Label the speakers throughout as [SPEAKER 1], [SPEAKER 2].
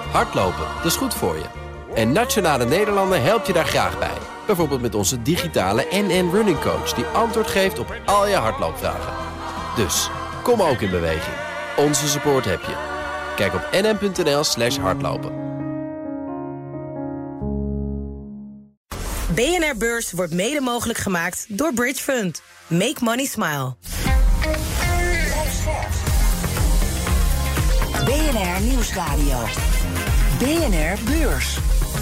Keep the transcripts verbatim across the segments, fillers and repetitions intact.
[SPEAKER 1] Hardlopen, dat is goed voor je. En Nationale Nederlanden helpt je daar graag bij. Bijvoorbeeld met onze digitale N N Running Coach... die antwoord geeft op al je hardloopvragen. Dus, kom ook in beweging. Onze support heb je. Kijk op nn.nl slash hardlopen.
[SPEAKER 2] B N R Beurs wordt mede mogelijk gemaakt door Bridge Fund. Make money smile.
[SPEAKER 3] B N R Nieuwsradio. B N R Beurs.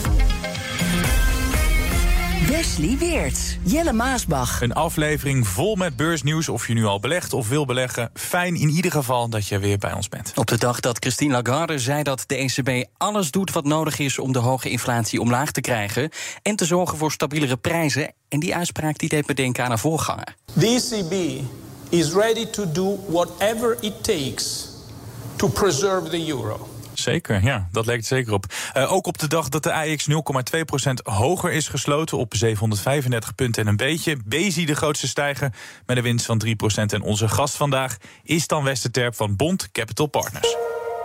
[SPEAKER 3] Wesley Weerts, Jelle Maasbach.
[SPEAKER 4] Een aflevering vol met beursnieuws, of je nu al belegt of wil beleggen. Fijn in ieder geval dat je weer bij ons bent.
[SPEAKER 5] Op de dag dat Christine Lagarde zei dat de E C B alles doet wat nodig is om de hoge inflatie omlaag te krijgen en te zorgen voor stabielere prijzen. En die uitspraak die deed me denken aan haar voorganger.
[SPEAKER 6] The E C B is ready to do whatever it takes to preserve the euro.
[SPEAKER 4] Zeker, ja, dat lijkt zeker op. Uh, ook op de dag dat de A E X nul komma twee procent hoger is gesloten... op zevenhonderdvijfendertig punten en een beetje. Bezi de grootste stijger met een winst van drie procent. En onze gast vandaag is dan Westerterp van Bond Capital Partners.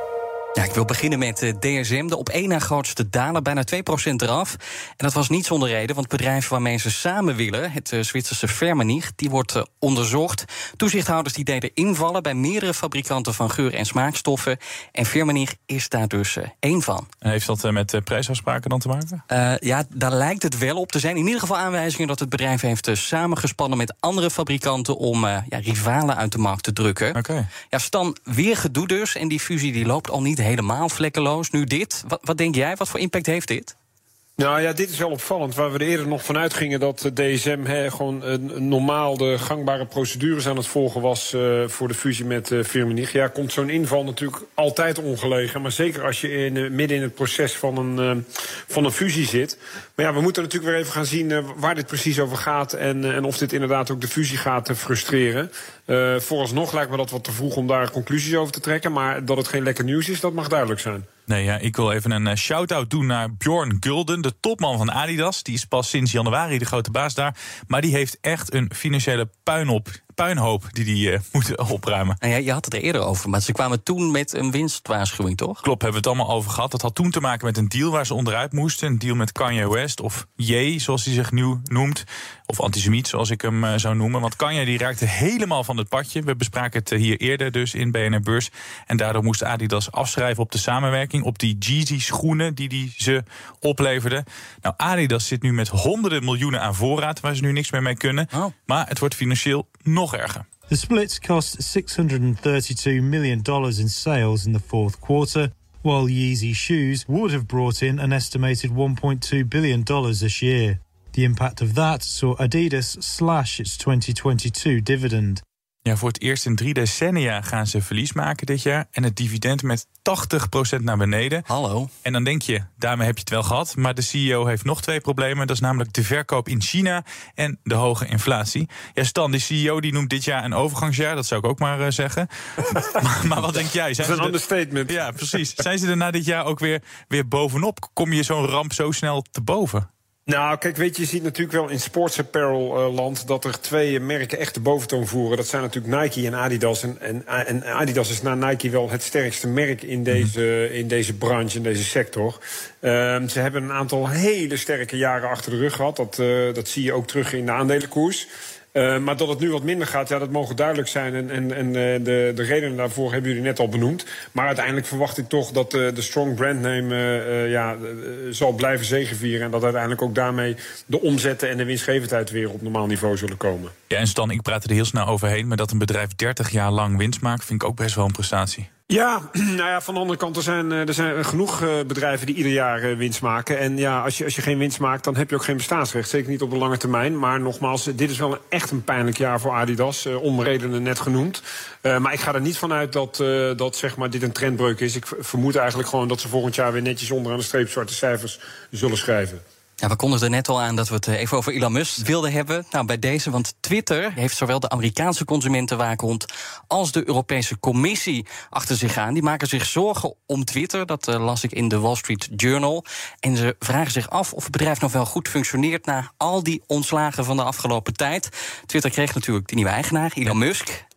[SPEAKER 5] Ja, ik wil beginnen met de D S M, de op één na grootste daler, bijna twee procent eraf. En dat was niet zonder reden, want het bedrijf waarmee ze samen willen, het uh, Zwitserse Firmenich, die wordt uh, onderzocht. Toezichthouders die deden invallen bij meerdere fabrikanten van geur- en smaakstoffen. En Firmenich is daar dus uh, één van.
[SPEAKER 4] En heeft dat uh, met uh, prijsafspraken dan te maken?
[SPEAKER 5] Uh, ja, daar lijkt het wel op te zijn. In ieder geval aanwijzingen dat het bedrijf heeft uh, samengespannen met andere fabrikanten om uh, ja, rivalen uit de markt te drukken.
[SPEAKER 4] Okay.
[SPEAKER 5] Ja, Stan, weer gedoe dus. En die fusie die loopt al niet helemaal vlekkeloos. Nu dit. Wat, wat denk jij? Wat voor impact heeft dit?
[SPEAKER 7] Nou ja, dit is wel opvallend. Waar we er eerder nog van uitgingen dat de D S M he, gewoon een, normaal de gangbare procedures aan het volgen was uh, voor de fusie met uh, Firmenich. Ja, komt zo'n inval natuurlijk altijd ongelegen. Maar zeker als je in, uh, midden in het proces van een, uh, van een fusie zit. Maar ja, we moeten natuurlijk weer even gaan zien uh, waar dit precies over gaat. En, uh, en of dit inderdaad ook de fusie gaat uh, frustreren. Uh, vooralsnog lijkt me dat wat te vroeg om daar conclusies over te trekken. Maar dat het geen lekker nieuws is, dat mag duidelijk zijn.
[SPEAKER 4] Nee, ja, ik wil even een uh, shout-out doen naar Bjorn Gulden, de topman van Adidas. Die is pas sinds januari de grote baas daar. Maar die heeft echt een financiële puinhoop, puinhoop die die uh, moet opruimen.
[SPEAKER 5] Nou ja, je had het er eerder over, maar ze kwamen toen met een winstwaarschuwing, toch?
[SPEAKER 4] Klopt, hebben we het allemaal over gehad. Dat had toen te maken met een deal waar ze onderuit moesten. Een deal met Kanye West, of Ye, zoals hij zich nu noemt. Of antisemiet, zoals ik hem uh, zou noemen. Want Kanye die raakte helemaal van het padje. We bespraken het uh, hier eerder dus in B N R Beurs. En daardoor moest Adidas afschrijven op de samenwerking, op die Yeezy-schoenen die die ze opleverden. Nou, Adidas zit nu met honderden miljoenen aan voorraad, waar ze nu niks meer mee kunnen. Oh. Maar het wordt financieel nog erger.
[SPEAKER 8] The splits cost six hundred thirty-two million dollars in sales in the fourth quarter, while Yeezy shoes would have brought in an estimated one point two billion dollars this year. The impact of that saw Adidas slash its twenty twenty-two dividend.
[SPEAKER 4] Ja, voor het eerst in drie decennia gaan ze verlies maken dit jaar. En het dividend met tachtig procent naar beneden.
[SPEAKER 5] Hallo.
[SPEAKER 4] En dan denk je, daarmee heb je het wel gehad. Maar de C E O heeft nog twee problemen. Dat is namelijk de verkoop in China en de hoge inflatie. Ja, Stan, de C E O die noemt dit jaar een overgangsjaar. Dat zou ik ook maar uh, zeggen. maar, maar wat denk jij? Zijn
[SPEAKER 7] dat is een
[SPEAKER 4] ze
[SPEAKER 7] understatement.
[SPEAKER 4] Er, ja, precies. Zijn ze er na dit jaar ook weer, weer bovenop? Kom je zo'n ramp zo snel te boven?
[SPEAKER 7] Nou, kijk, weet je, je ziet natuurlijk wel in sports apparel land dat er twee merken echt de boventoon voeren. Dat zijn natuurlijk Nike en Adidas. En, en, en Adidas is na Nike wel het sterkste merk in deze, in deze branche, in deze sector. Um, ze hebben een aantal hele sterke jaren achter de rug gehad. Dat, uh, dat zie je ook terug in de aandelenkoers. Uh, maar dat het nu wat minder gaat, ja, dat mogen duidelijk zijn. En, en, en de, de redenen daarvoor hebben jullie net al benoemd. Maar uiteindelijk verwacht ik toch dat uh, de strong brandname uh, uh, ja, uh, zal blijven zegevieren. En dat uiteindelijk ook daarmee de omzetten en de winstgevendheid weer op normaal niveau zullen komen.
[SPEAKER 4] Ja, en Stan, ik praat er heel snel overheen. Maar dat een bedrijf dertig jaar lang winst maakt, vind ik ook best wel een prestatie.
[SPEAKER 7] Ja, nou ja, van de andere kant, er zijn, er zijn genoeg uh, bedrijven die ieder jaar uh, winst maken. En ja, als je, als je geen winst maakt, dan heb je ook geen bestaansrecht. Zeker niet op de lange termijn. Maar nogmaals, dit is wel een, echt een pijnlijk jaar voor Adidas. Uh, om redenen net genoemd. Uh, maar ik ga er niet vanuit dat, uh, dat zeg maar, dit een trendbreuk is. Ik vermoed eigenlijk gewoon dat ze volgend jaar weer netjes onderaan de streep zwarte cijfers zullen schrijven.
[SPEAKER 5] Ja, we kondigden net al aan dat we het even over Elon Musk wilden hebben. Nou, bij deze, want Twitter heeft zowel de Amerikaanse consumentenwaakhond als de Europese Commissie achter zich aan. Die maken zich zorgen om Twitter, dat uh, las ik in de Wall Street Journal. En ze vragen zich af of het bedrijf nog wel goed functioneert na al die ontslagen van de afgelopen tijd. Twitter kreeg natuurlijk de nieuwe eigenaar, Elon Musk.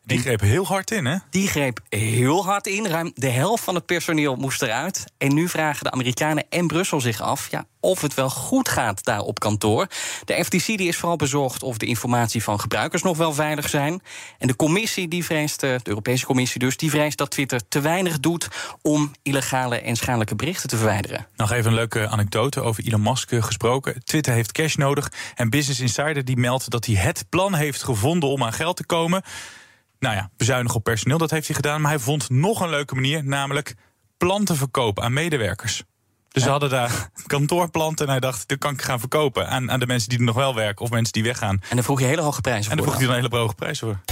[SPEAKER 4] Die greep heel hard in, hè?
[SPEAKER 5] Die greep heel hard in. Ruim de helft van het personeel moest eruit. En nu vragen de Amerikanen en Brussel zich af... Ja, of het wel goed gaat daar op kantoor. De F T C die is vooral bezorgd of de informatie van gebruikers nog wel veilig zijn. En de commissie, die vreest, de Europese Commissie dus... die vreest dat Twitter te weinig doet om illegale en schadelijke berichten te verwijderen.
[SPEAKER 4] Nog even een leuke anekdote over Elon Musk gesproken. Twitter heeft cash nodig en Business Insider die meldt dat hij het plan heeft gevonden om aan geld te komen... Nou ja, bezuinigen op personeel, dat heeft hij gedaan. Maar hij vond nog een leuke manier, namelijk planten verkopen aan medewerkers. Dus ja. Ze hadden daar kantoorplanten en hij dacht... dit kan ik gaan verkopen aan, aan de mensen die er nog wel werken... of mensen die weggaan.
[SPEAKER 5] En dan vroeg je hele hoge prijzen voor.
[SPEAKER 4] En dan vroeg hij dan een hele hoge prijs voor.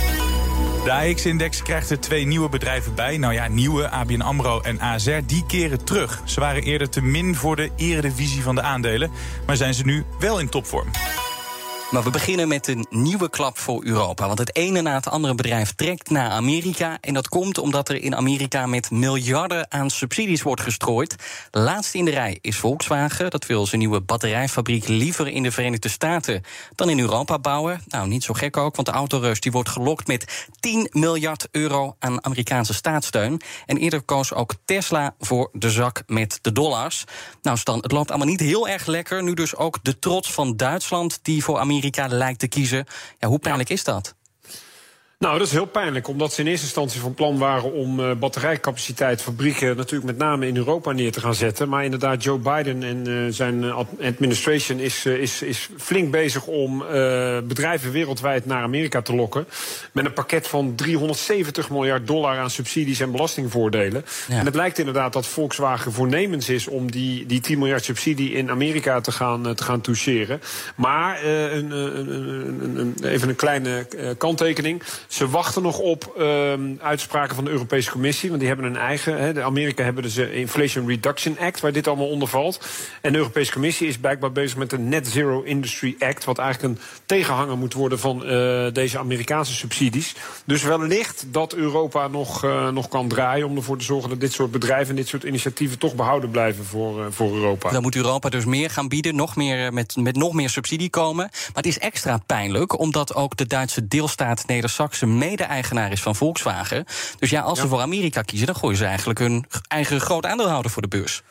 [SPEAKER 4] De A X-index krijgt er twee nieuwe bedrijven bij. Nou ja, nieuwe, A B N AMRO en A S R, die keren terug. Ze waren eerder te min voor de eredivisie van de aandelen... maar zijn ze nu wel in topvorm.
[SPEAKER 5] Maar we beginnen met een nieuwe klap voor Europa. Want het ene na het andere bedrijf trekt naar Amerika. En dat komt omdat er in Amerika met miljarden aan subsidies wordt gestrooid. Laatst in de rij is Volkswagen. Dat wil zijn nieuwe batterijfabriek liever in de Verenigde Staten dan in Europa bouwen. Nou, niet zo gek ook, want de autoreus die wordt gelokt met tien miljard euro aan Amerikaanse staatssteun. En eerder koos ook Tesla voor de zak met de dollars. Nou Stan, het loopt allemaal niet heel erg lekker. Nu dus ook de trots van Duitsland die voor Amerika Amerika lijkt te kiezen. Ja, hoe pijnlijk ja. is dat?
[SPEAKER 7] Nou, dat is heel pijnlijk, omdat ze in eerste instantie van plan waren om uh, batterijcapaciteit fabrieken natuurlijk met name in Europa neer te gaan zetten. Maar inderdaad, Joe Biden en uh, zijn administration is, uh, is, is flink bezig om uh, bedrijven wereldwijd naar Amerika te lokken. Met een pakket van driehonderdzeventig miljard dollar aan subsidies en belastingvoordelen. Ja. En het lijkt inderdaad dat Volkswagen voornemens is om die, die tien miljard subsidie in Amerika te gaan, uh, te gaan toucheren. Maar uh, een, een, een, een, even een kleine uh, kanttekening. Ze wachten nog op uh, uitspraken van de Europese Commissie. Want die hebben een eigen... He, de Amerika hebben dus de Inflation Reduction Act... waar dit allemaal onder valt. En de Europese Commissie is blijkbaar bezig met de Net Zero Industry Act... wat eigenlijk een tegenhanger moet worden van uh, deze Amerikaanse subsidies. Dus wellicht dat Europa nog, uh, nog kan draaien... om ervoor te zorgen dat dit soort bedrijven... en dit soort initiatieven toch behouden blijven voor, uh, voor Europa.
[SPEAKER 5] Dan moet Europa dus meer gaan bieden, nog meer, met, met nog meer subsidie komen. Maar het is extra pijnlijk, omdat ook de Duitse deelstaat Neder-Saxen mede-eigenaar is van Volkswagen. Dus ja, als ja. ze voor Amerika kiezen, dan gooien ze eigenlijk hun eigen groot aandeelhouder voor de beurs.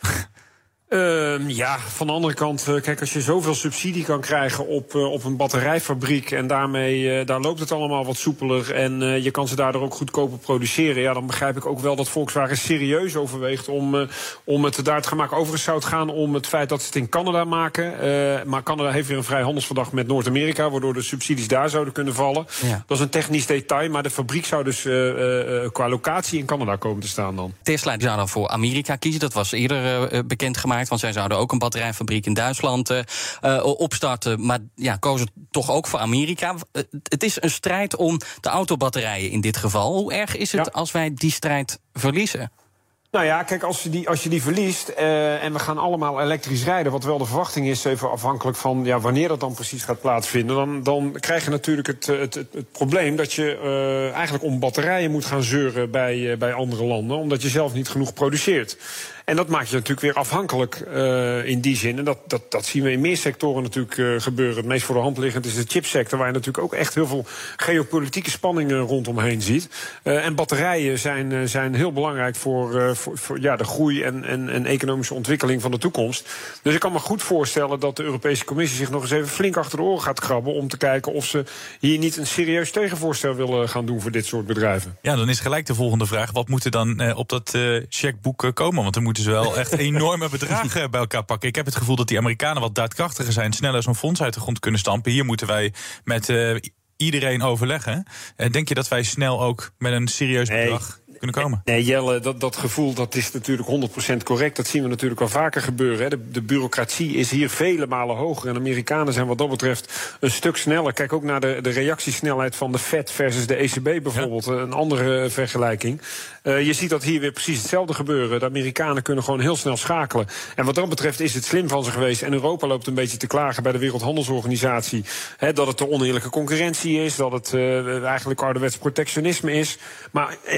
[SPEAKER 7] Uh, ja, van de andere kant, uh, kijk, als je zoveel subsidie kan krijgen op, uh, op een batterijfabriek... en daarmee, uh, daar loopt het allemaal wat soepeler... en uh, je kan ze daardoor ook goedkoper produceren... ja, dan begrijp ik ook wel dat Volkswagen serieus overweegt om, uh, om het daar te gaan maken. Overigens zou het gaan om het feit dat ze het in Canada maken. Uh, maar Canada heeft weer een vrijhandelsverdrag met Noord-Amerika... waardoor de subsidies daar zouden kunnen vallen. Ja. Dat is een technisch detail, maar de fabriek zou dus uh, uh, qua locatie in Canada komen te staan dan.
[SPEAKER 5] Tesla die zou dan voor Amerika kiezen, dat was eerder uh, bekendgemaakt... want zij zouden ook een batterijfabriek in Duitsland uh, opstarten... maar ja, kozen toch ook voor Amerika. Uh, het is een strijd om de autobatterijen in dit geval. Hoe erg is het ja. als wij die strijd verliezen?
[SPEAKER 7] Nou ja, kijk, als je die, als je die verliest uh, en we gaan allemaal elektrisch rijden... wat wel de verwachting is, even afhankelijk van ja, wanneer dat dan precies gaat plaatsvinden... dan, dan krijg je natuurlijk het, het, het, het probleem dat je uh, eigenlijk om batterijen moet gaan zeuren bij, uh, bij andere landen... omdat je zelf niet genoeg produceert. En dat maakt je natuurlijk weer afhankelijk uh, in die zin. En dat, dat, dat zien we in meer sectoren natuurlijk uh, gebeuren. Het meest voor de hand liggend is de chipsector... waar je natuurlijk ook echt heel veel geopolitieke spanningen rondomheen ziet. Uh, en batterijen zijn, uh, zijn heel belangrijk voor, uh, voor, voor ja, de groei en, en, en economische ontwikkeling van de toekomst. Dus ik kan me goed voorstellen dat de Europese Commissie zich nog eens even flink achter de oren gaat krabben... om te kijken of ze hier niet een serieus tegenvoorstel willen gaan doen voor dit soort bedrijven.
[SPEAKER 4] Ja, dan is gelijk de volgende vraag. Wat moet er dan uh, op dat uh, checkboek uh, komen? Want er moeten ze wel echt enorme bedragen bij elkaar pakken. Ik heb het gevoel dat die Amerikanen wat daadkrachtiger zijn... sneller zo'n fonds uit de grond kunnen stampen. Hier moeten wij met uh, iedereen overleggen. Uh, denk je dat wij snel ook met een serieus bedrag... Nee. kunnen komen?
[SPEAKER 7] Nee, Jelle, dat, dat gevoel dat is natuurlijk honderd procent correct. Dat zien we natuurlijk wel vaker gebeuren. Hè. De, de bureaucratie is hier vele malen hoger. En Amerikanen zijn wat dat betreft een stuk sneller. Kijk ook naar de, de reactiesnelheid van de Fed versus de E C B bijvoorbeeld. Ja. Een andere vergelijking. Uh, je ziet dat hier weer precies hetzelfde gebeuren. De Amerikanen kunnen gewoon heel snel schakelen. En wat dat betreft is het slim van ze geweest. En Europa loopt een beetje te klagen bij de Wereldhandelsorganisatie. Hè, dat het de oneerlijke concurrentie is. Dat het uh, eigenlijk ouderwets protectionisme is. Maar eh, ondertussen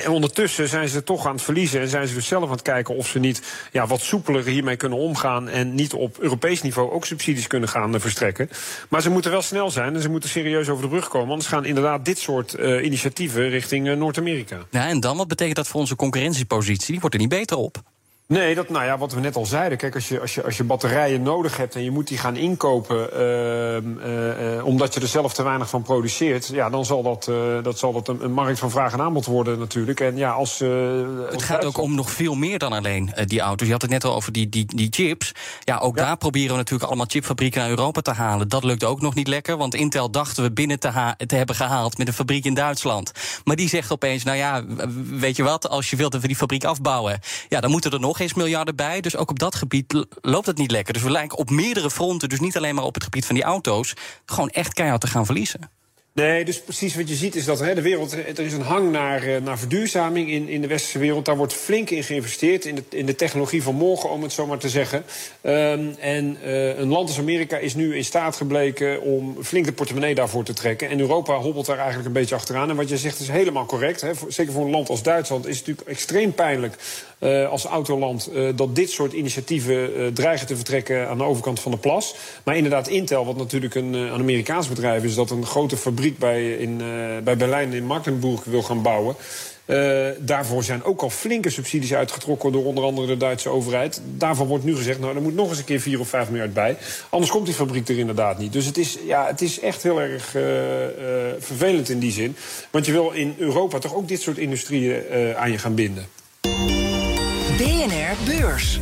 [SPEAKER 7] ondertussen zijn ze toch aan het verliezen en zijn ze dus zelf aan het kijken of ze niet ja, wat soepeler hiermee kunnen omgaan en niet op Europees niveau ook subsidies kunnen gaan uh, verstrekken. Maar ze moeten wel snel zijn en ze moeten serieus over de brug komen, anders gaan inderdaad dit soort uh, initiatieven richting uh, Noord-Amerika.
[SPEAKER 5] Ja, en dan, wat betekent dat voor onze concurrentiepositie? Die wordt er niet beter op.
[SPEAKER 7] Nee, dat, nou ja, wat we net al zeiden. Kijk, als je, als je, als je batterijen nodig hebt en je moet die gaan inkopen uh, uh, uh, omdat je er zelf te weinig van produceert, ja, dan zal dat, uh, dat, zal dat een, een markt van vraag en aanbod worden natuurlijk. En ja, als, uh,
[SPEAKER 5] het
[SPEAKER 7] als
[SPEAKER 5] gaat ook om nog veel meer dan alleen uh, die auto's. Je had het net al over die, die, die chips. Ja, ook ja. daar proberen we natuurlijk allemaal chipfabrieken naar Europa te halen. Dat lukt ook nog niet lekker, want Intel dachten we binnen te, ha- te hebben gehaald met een fabriek in Duitsland. Maar die zegt opeens, nou ja, weet je wat, als je wilt dat we die fabriek afbouwen, ja, dan moeten er nog eens miljarden bij. Dus ook op dat gebied loopt het niet lekker. Dus we lijken op meerdere fronten, dus niet alleen maar op het gebied van die auto's, gewoon echt keihard te gaan verliezen.
[SPEAKER 7] Nee, dus precies wat je ziet is dat hè, de wereld, er is een hang naar, naar verduurzaming in, in de westerse wereld. Daar wordt flink in geïnvesteerd, in de, in de technologie van morgen, om het zo maar te zeggen. Um, en uh, een land als Amerika is nu in staat gebleken om flink de portemonnee daarvoor te trekken. En Europa hobbelt daar eigenlijk een beetje achteraan. En wat je zegt is helemaal correct. Hè. Zeker voor een land als Duitsland is het natuurlijk extreem pijnlijk uh, als autoland uh, dat dit soort initiatieven uh, dreigen te vertrekken aan de overkant van de plas. Maar inderdaad, Intel, wat natuurlijk een, een Amerikaans bedrijf is, dat een grote fabriek bij, in, uh, bij Berlijn in Magdeburg wil gaan bouwen. Uh, daarvoor zijn ook al flinke subsidies uitgetrokken door onder andere de Duitse overheid. Daarvan wordt nu gezegd, nou, er moet nog eens een keer vier of vijf miljard bij. Anders komt die fabriek er inderdaad niet. Dus het is, ja, het is echt heel erg uh, uh, vervelend in die zin. Want je wil in Europa toch ook dit soort industrieën uh, aan je gaan binden.
[SPEAKER 3] B N R Beurs.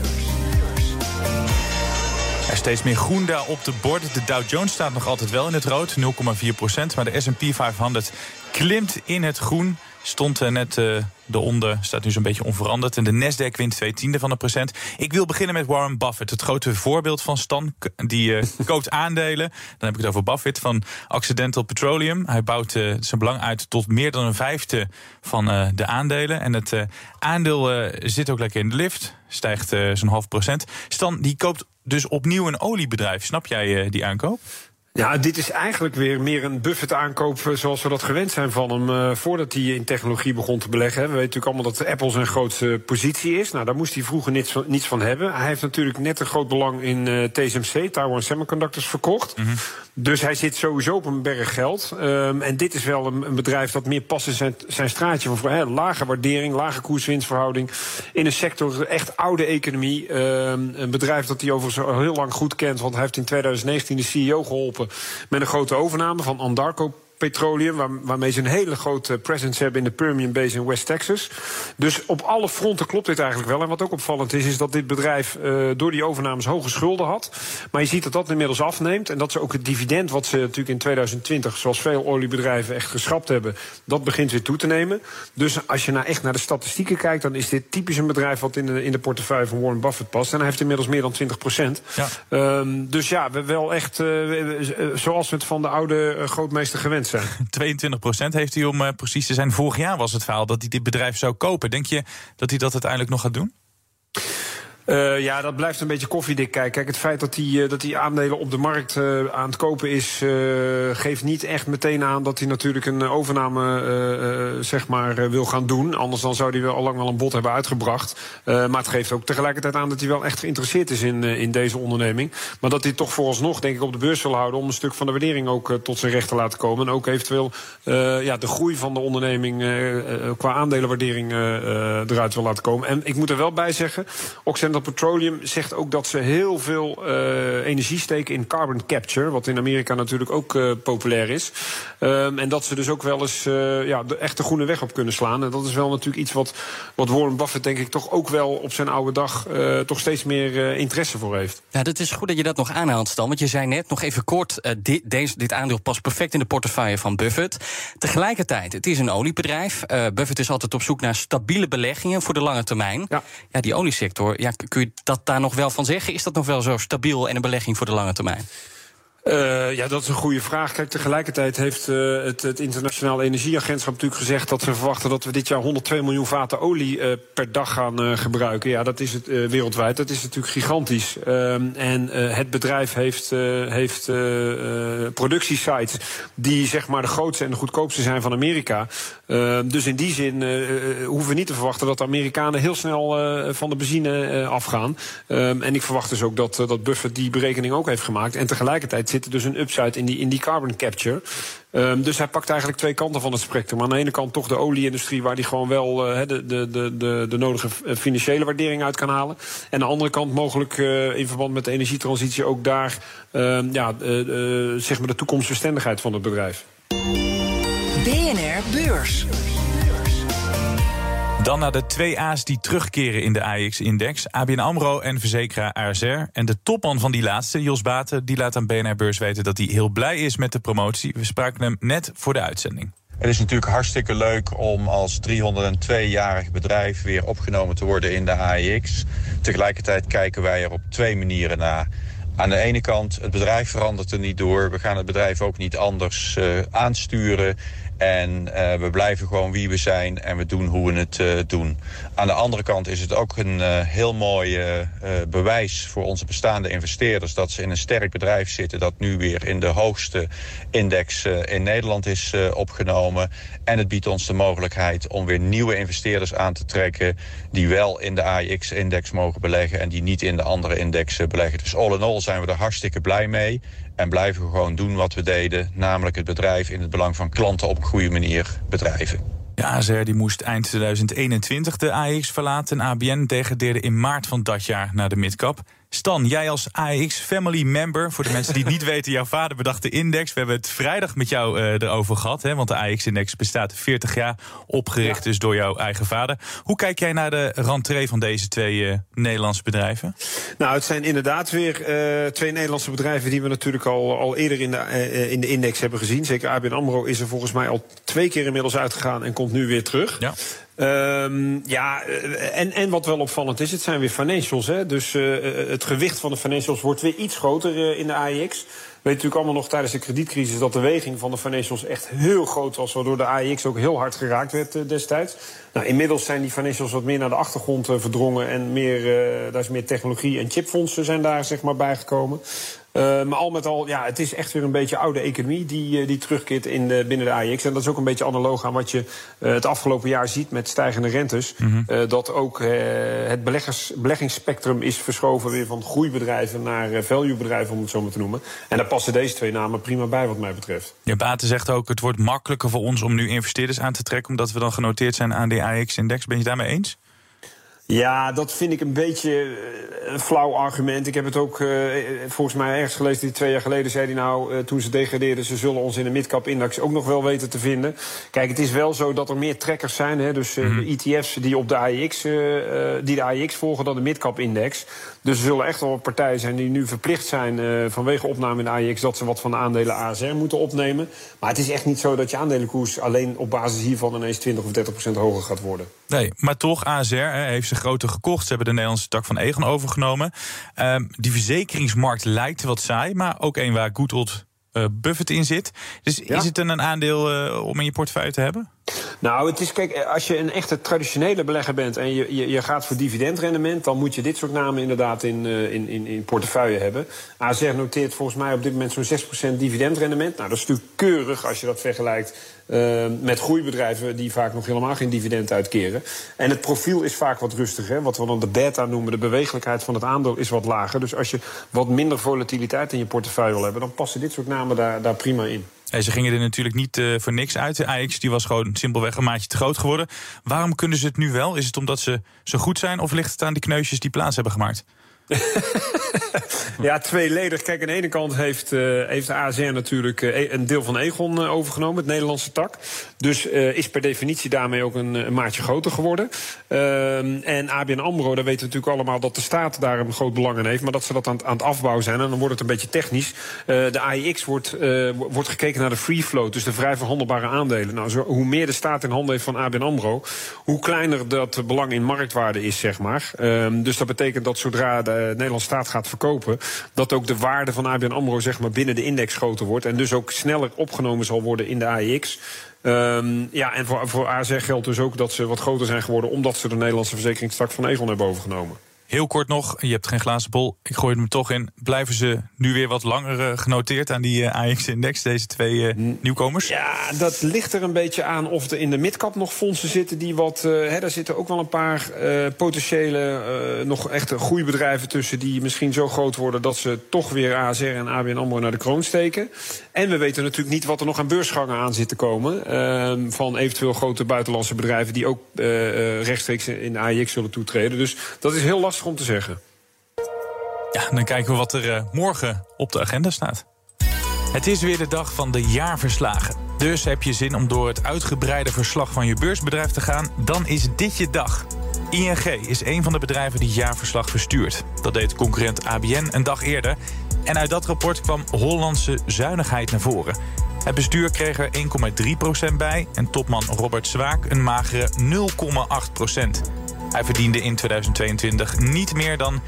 [SPEAKER 4] Er is steeds meer groen daar op de borden. De Dow Jones staat nog altijd wel in het rood, nul komma vier procent. Maar de S en P vijfhonderd klimt in het groen. Stond uh, net uh, eronder, staat nu zo'n beetje onveranderd. En de Nasdaq wint twee tiende van een procent. Ik wil beginnen met Warren Buffett, het grote voorbeeld van Stan. Die uh, koopt aandelen. Dan heb ik het over Buffett van Occidental Petroleum. Hij bouwt uh, zijn belang uit tot meer dan een vijfde van uh, de aandelen. En het uh, aandeel uh, zit ook lekker in de lift. Stijgt uh, zo'n half procent. Stan, die koopt dus opnieuw een oliebedrijf. Snap jij uh, die aankoop?
[SPEAKER 7] Ja, dit is eigenlijk weer meer een Buffett-aankoop zoals we dat gewend zijn van hem uh, voordat hij in technologie begon te beleggen. We weten natuurlijk allemaal dat Apple zijn grootste positie is. Nou, daar moest hij vroeger niets van, niets van hebben. Hij heeft natuurlijk net een groot belang in uh, T S M C, Taiwan Semiconductors, verkocht. Mm-hmm. Dus hij zit sowieso op een berg geld. Um, en dit is wel een, een bedrijf dat meer past in zijn, zijn straatje van hè, lage waardering, lage koers-winstverhouding. In een sector, echt oude economie. Um, een bedrijf dat hij overigens al heel lang goed kent, want hij heeft in twintig negentien de C E O geholpen met een grote overname van Anadarko Petroleum, waar, waarmee ze een hele grote presence hebben in de Permian Basin in West Texas. Dus op alle fronten klopt dit eigenlijk wel. En wat ook opvallend is, is dat dit bedrijf uh, door die overnames hoge schulden had. Maar je ziet dat dat inmiddels afneemt. En dat ze ook het dividend, wat ze natuurlijk in twintig twintig, zoals veel oliebedrijven, echt geschrapt hebben, dat begint weer toe te nemen. Dus als je nou echt naar de statistieken kijkt, dan is dit typisch een bedrijf wat in de, in de portefeuille van Warren Buffett past. En hij heeft inmiddels meer dan twintig procent. Ja. Um, dus ja, we wel echt uh, zoals we het van de oude uh, grootmeester gewend zijn.
[SPEAKER 4] tweeëntwintig procent heeft hij, om uh, precies te zijn. Vorig jaar was het verhaal dat hij dit bedrijf zou kopen. Denk je dat hij dat uiteindelijk nog gaat doen?
[SPEAKER 7] Uh, ja, dat blijft een beetje koffiedik kijken. Kijk, het feit dat die, uh, dat die aandelen op de markt uh, aan het kopen is, uh, geeft niet echt meteen aan dat hij natuurlijk een uh, overname uh, uh, zeg maar, uh, wil gaan doen. Anders dan zou hij wel al lang wel een bod hebben uitgebracht. Uh, maar het geeft ook tegelijkertijd aan dat hij wel echt geïnteresseerd is in, uh, in deze onderneming. Maar dat hij toch vooralsnog, denk ik, op de beurs wil houden om een stuk van de waardering ook uh, tot zijn recht te laten komen. En ook eventueel uh, ja, de groei van de onderneming uh, uh, qua aandelenwaardering uh, uh, eruit wil laten komen. En ik moet er wel bij zeggen, Occidental Petroleum zegt ook dat ze heel veel uh, energie steken in carbon capture, wat in Amerika natuurlijk ook uh, populair is. Um, en dat ze dus ook wel eens uh, ja, de echte groene weg op kunnen slaan. En dat is wel natuurlijk iets wat, wat Warren Buffett, denk ik, toch ook wel op zijn oude dag uh, toch steeds meer uh, interesse voor heeft.
[SPEAKER 5] Ja, dat is goed dat je dat nog aanhaalt, Stan. Want je zei net, nog even kort, uh, dit, deze, dit aandeel past perfect in de portefeuille van Buffett. Tegelijkertijd, het is een oliebedrijf. Uh, Buffett is altijd op zoek naar stabiele beleggingen voor de lange termijn. Ja, ja die oliesector, ja, kun je dat daar nog wel van zeggen? Is dat nog wel zo stabiel en een belegging voor de lange termijn?
[SPEAKER 7] Uh, ja, dat is een goede vraag. Kijk, tegelijkertijd heeft uh, het, het Internationaal Energieagentschap natuurlijk gezegd dat ze verwachten dat we dit jaar honderdtwee miljoen vaten olie uh, per dag gaan uh, gebruiken. Ja, dat is het uh, wereldwijd. Dat is natuurlijk gigantisch. Um, en uh, het bedrijf heeft, uh, heeft uh, uh, productiesites die zeg maar de grootste en de goedkoopste zijn van Amerika. Uh, dus in die zin uh, uh, hoeven we niet te verwachten dat de Amerikanen heel snel uh, van de benzine uh, afgaan. Um, en ik verwacht dus ook dat, uh, dat Buffett die berekening ook heeft gemaakt. En tegelijkertijd zit er dus een upside in die, in die carbon capture. Um, dus hij pakt eigenlijk twee kanten van het spectrum. Aan de ene kant toch de olie-industrie, waar hij gewoon wel uh, de, de, de, de, de nodige financiële waardering uit kan halen. En aan de andere kant mogelijk uh, in verband met de energietransitie ook daar uh, ja, uh, uh, zeg maar de toekomstbestendigheid van het bedrijf.
[SPEAKER 3] B N R Beurs.
[SPEAKER 4] Dan naar de twee A's die terugkeren in de A E X-index. A B N AMRO en verzekeraar A S R. En de topman van die laatste, Jos Baeten, die laat aan B N R Beurs weten dat hij heel blij is met de promotie. We spraken hem net voor de uitzending.
[SPEAKER 9] Het is natuurlijk hartstikke leuk om als driehonderdtweejarig bedrijf weer opgenomen te worden in de A E X. Tegelijkertijd kijken wij er op twee manieren naar. Aan de ene kant, het bedrijf verandert er niet door. We gaan het bedrijf ook niet anders uh, aansturen. En uh, we blijven gewoon wie we zijn en we doen hoe we het uh, doen. Aan de andere kant is het ook een uh, heel mooi uh, uh, bewijs voor onze bestaande investeerders dat ze in een sterk bedrijf zitten dat nu weer in de hoogste index uh, in Nederland is uh, opgenomen. En het biedt ons de mogelijkheid om weer nieuwe investeerders aan te trekken die wel in de A E X-index mogen beleggen en die niet in de andere indexen beleggen. Dus all in all zijn we er hartstikke blij mee. En blijven we gewoon doen wat we deden, namelijk het bedrijf in het belang van klanten op een goede manier bedrijven.
[SPEAKER 4] De A S R die moest eind tweeduizend eenentwintig de A E X verlaten. A B N degradeerde in maart van dat jaar naar de midcap. Stan, jij als A E X family member, voor de mensen die het niet weten, jouw vader bedacht de index. We hebben het vrijdag met jou uh, erover gehad, hè, want de A E X-index bestaat veertig jaar, opgericht ja. dus door jouw eigen vader. Hoe kijk jij naar de rentree van deze twee uh, Nederlandse bedrijven?
[SPEAKER 7] Nou, het zijn inderdaad weer uh, twee Nederlandse bedrijven die we natuurlijk al, al eerder in de, uh, in de index hebben gezien. Zeker A B N AMRO is er volgens mij al twee keer inmiddels uitgegaan en komt nu weer terug. Ja. Um, ja, en, en wat wel opvallend is, het zijn weer financials. Hè? Dus uh, het gewicht van de financials wordt weer iets groter uh, in de A E X. We weten natuurlijk allemaal nog tijdens de kredietcrisis dat de weging van de financials echt heel groot was, waardoor de A E X ook heel hard geraakt werd uh, destijds. Nou, inmiddels zijn die financials wat meer naar de achtergrond uh, verdrongen en meer, uh, daar is meer technologie en chipfondsen zijn daar zeg maar bijgekomen. Uh, maar al met al, ja, het is echt weer een beetje oude economie die, uh, die terugkeert in de, binnen de A E X. En dat is ook een beetje analoog aan wat je uh, het afgelopen jaar ziet met stijgende rentes. Mm-hmm. Uh, dat ook uh, het beleggers, beleggingsspectrum is verschoven weer van groeibedrijven naar uh, valuebedrijven, om het zo maar te noemen. En daar passen deze twee namen prima bij wat mij betreft.
[SPEAKER 4] Ja, Baten zegt ook, het wordt makkelijker voor ons om nu investeerders aan te trekken, omdat we dan genoteerd zijn aan de A E X-index. Ben je daarmee eens?
[SPEAKER 7] Ja, dat vind ik een beetje een flauw argument. Ik heb het ook uh, volgens mij ergens gelezen, die twee jaar geleden zei hij nou, uh, toen ze degradeerden, ze zullen ons in de midcap index ook nog wel weten te vinden. Kijk, het is wel zo dat er meer trekkers zijn, hè, dus uh, mm-hmm. de E T F's die op de A E X, uh, die de A E X volgen dan de midcap index. Dus er zullen echt wel partijen zijn die nu verplicht zijn uh, vanwege opname in de A E X dat ze wat van de aandelen A S R moeten opnemen. Maar het is echt niet zo dat je aandelenkoers alleen op basis hiervan ineens twintig of dertig procent hoger gaat worden.
[SPEAKER 4] Nee, maar toch, A S R hè, heeft ze groter gekocht. Ze hebben de Nederlandse tak van Aegon overgenomen. Uh, die verzekeringsmarkt lijkt wat saai, maar ook een waar good old uh, Buffett in zit. Dus ja. Is het een aandeel uh, om in je portefeuille te hebben?
[SPEAKER 7] Nou, het is, kijk, als je een echte traditionele belegger bent en je, je, je gaat voor dividendrendement, dan moet je dit soort namen inderdaad in, in, in, in portefeuille hebben. A S R noteert volgens mij op dit moment zo'n zes procent dividendrendement. Nou, dat is natuurlijk keurig als je dat vergelijkt uh, met groeibedrijven die vaak nog helemaal geen dividend uitkeren. En het profiel is vaak wat rustiger. Wat we dan de beta noemen, de bewegelijkheid van het aandeel is wat lager. Dus als je wat minder volatiliteit in je portefeuille wil hebben, dan passen dit soort namen daar, daar prima in.
[SPEAKER 4] Hey, ze gingen er natuurlijk niet uh, voor niks uit. De A E X die was gewoon simpelweg een maatje te groot geworden. Waarom kunnen ze het nu wel? Is het omdat ze zo goed zijn of ligt het aan die kneusjes die plaats hebben gemaakt?
[SPEAKER 7] Ja, tweeledig. Kijk, aan de ene kant heeft, uh, heeft de A S R natuurlijk uh, een deel van Aegon uh, overgenomen, het Nederlandse tak. Dus uh, is per definitie daarmee ook een, een maatje groter geworden. Uh, en A B N AMRO, daar weten we natuurlijk allemaal dat de staat daar een groot belang in heeft, maar dat ze dat aan, aan het afbouwen zijn. En dan wordt het een beetje technisch. Uh, de A E X wordt, uh, wordt gekeken naar de free float, dus de vrij verhandelbare aandelen. Nou, zo, hoe meer de staat in handen heeft van A B N AMRO, hoe kleiner dat belang in marktwaarde is, zeg maar. Uh, dus dat betekent dat zodra de Nederlandse staat gaat verkopen, dat ook de waarde van A B N AMRO zeg maar binnen de index groter wordt en dus ook sneller opgenomen zal worden in de A E X. Um, ja, en voor, voor A S R geldt dus ook dat ze wat groter zijn geworden omdat ze de Nederlandse verzekeringstak van Aegon hebben overgenomen.
[SPEAKER 4] Heel kort nog, je hebt geen glazen bol. Ik gooi het me toch in. Blijven ze nu weer wat langer uh, genoteerd aan die uh, A E X-index, deze twee uh, nieuwkomers?
[SPEAKER 7] Ja, dat ligt er een beetje aan of er in de midcap nog fondsen zitten die wat... Uh, hè, daar zitten ook wel een paar uh, potentiële, uh, nog echte groeibedrijven tussen die misschien zo groot worden dat ze toch weer A S R en A B N AMRO naar de kroon steken. En we weten natuurlijk niet wat er nog aan beursgangen aan zit te komen. Uh, van eventueel grote buitenlandse bedrijven die ook uh, uh, rechtstreeks in de A E X zullen toetreden. Dus dat is heel lastig om te zeggen.
[SPEAKER 4] Ja, dan kijken we wat er uh, morgen op de agenda staat. Het is weer de dag van de jaarverslagen. Dus heb je zin om door het uitgebreide verslag van je beursbedrijf te gaan, dan is dit je dag. I N G is een van de bedrijven die het jaarverslag verstuurt. Dat deed concurrent A B N een dag eerder. En uit dat rapport kwam Hollandse zuinigheid naar voren. Het bestuur kreeg er één komma drie procent bij en topman Robert Swaak een magere nul komma acht procent. Hij verdiende in tweeduizend tweeëntwintig niet meer dan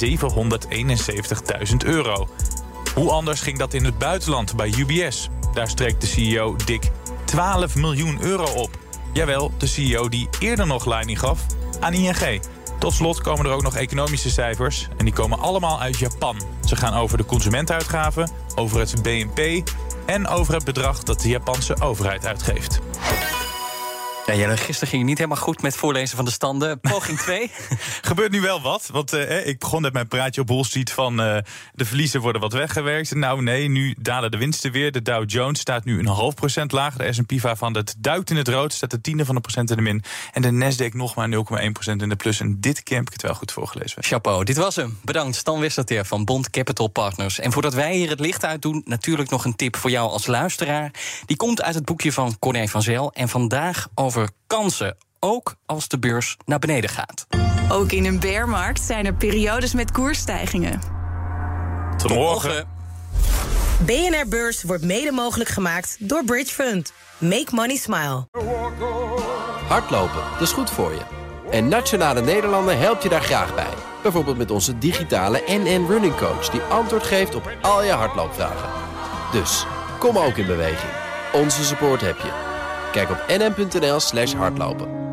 [SPEAKER 4] zevenhonderdeenenzeventigduizend euro. Hoe anders ging dat in het buitenland bij U B S? Daar streek de C E O dik twaalf miljoen euro op. Jawel, de C E O die eerder nog leiding gaf aan I N G. Tot slot komen er ook nog economische cijfers en die komen allemaal uit Japan. Ze gaan over de consumentenuitgaven, over het B N P en over het bedrag dat de Japanse overheid uitgeeft.
[SPEAKER 5] Ja, Jelle, gisteren ging het niet helemaal goed met voorlezen van de standen. Poging twee.
[SPEAKER 4] Gebeurt nu wel wat. Want uh, ik begon net mijn praatje op Wall Street van uh, de verliezen worden wat weggewerkt. Nou nee, nu dalen de winsten weer. De Dow Jones staat nu een half procent lager. De S en P vijfhonderd duikt in het rood, staat de tiende van een procent in de min. En de Nasdaq nog maar nul komma één procent in de plus. En dit keer heb ik het wel goed voorgelezen.
[SPEAKER 5] Chapeau, dit was hem. Bedankt, Stan Westerteer van Bond Capital Partners. En voordat wij hier het licht uitdoen, natuurlijk nog een tip voor jou als luisteraar. Die komt uit het boekje van Corné van Zijl. En vandaag over kansen, ook als de beurs naar beneden gaat.
[SPEAKER 10] Ook in een bearmarkt zijn er periodes met koersstijgingen.
[SPEAKER 4] Tot morgen.
[SPEAKER 2] B N R Beurs wordt mede mogelijk gemaakt door Bridge Fund. Make money smile.
[SPEAKER 1] Hardlopen, dat is goed voor je. En Nationale Nederlanden helpt je daar graag bij. Bijvoorbeeld met onze digitale N N Running Coach die antwoord geeft op al je hardloopvragen. Dus, kom ook in beweging. Onze support heb je. Kijk op nn punt n l slash hardlopen.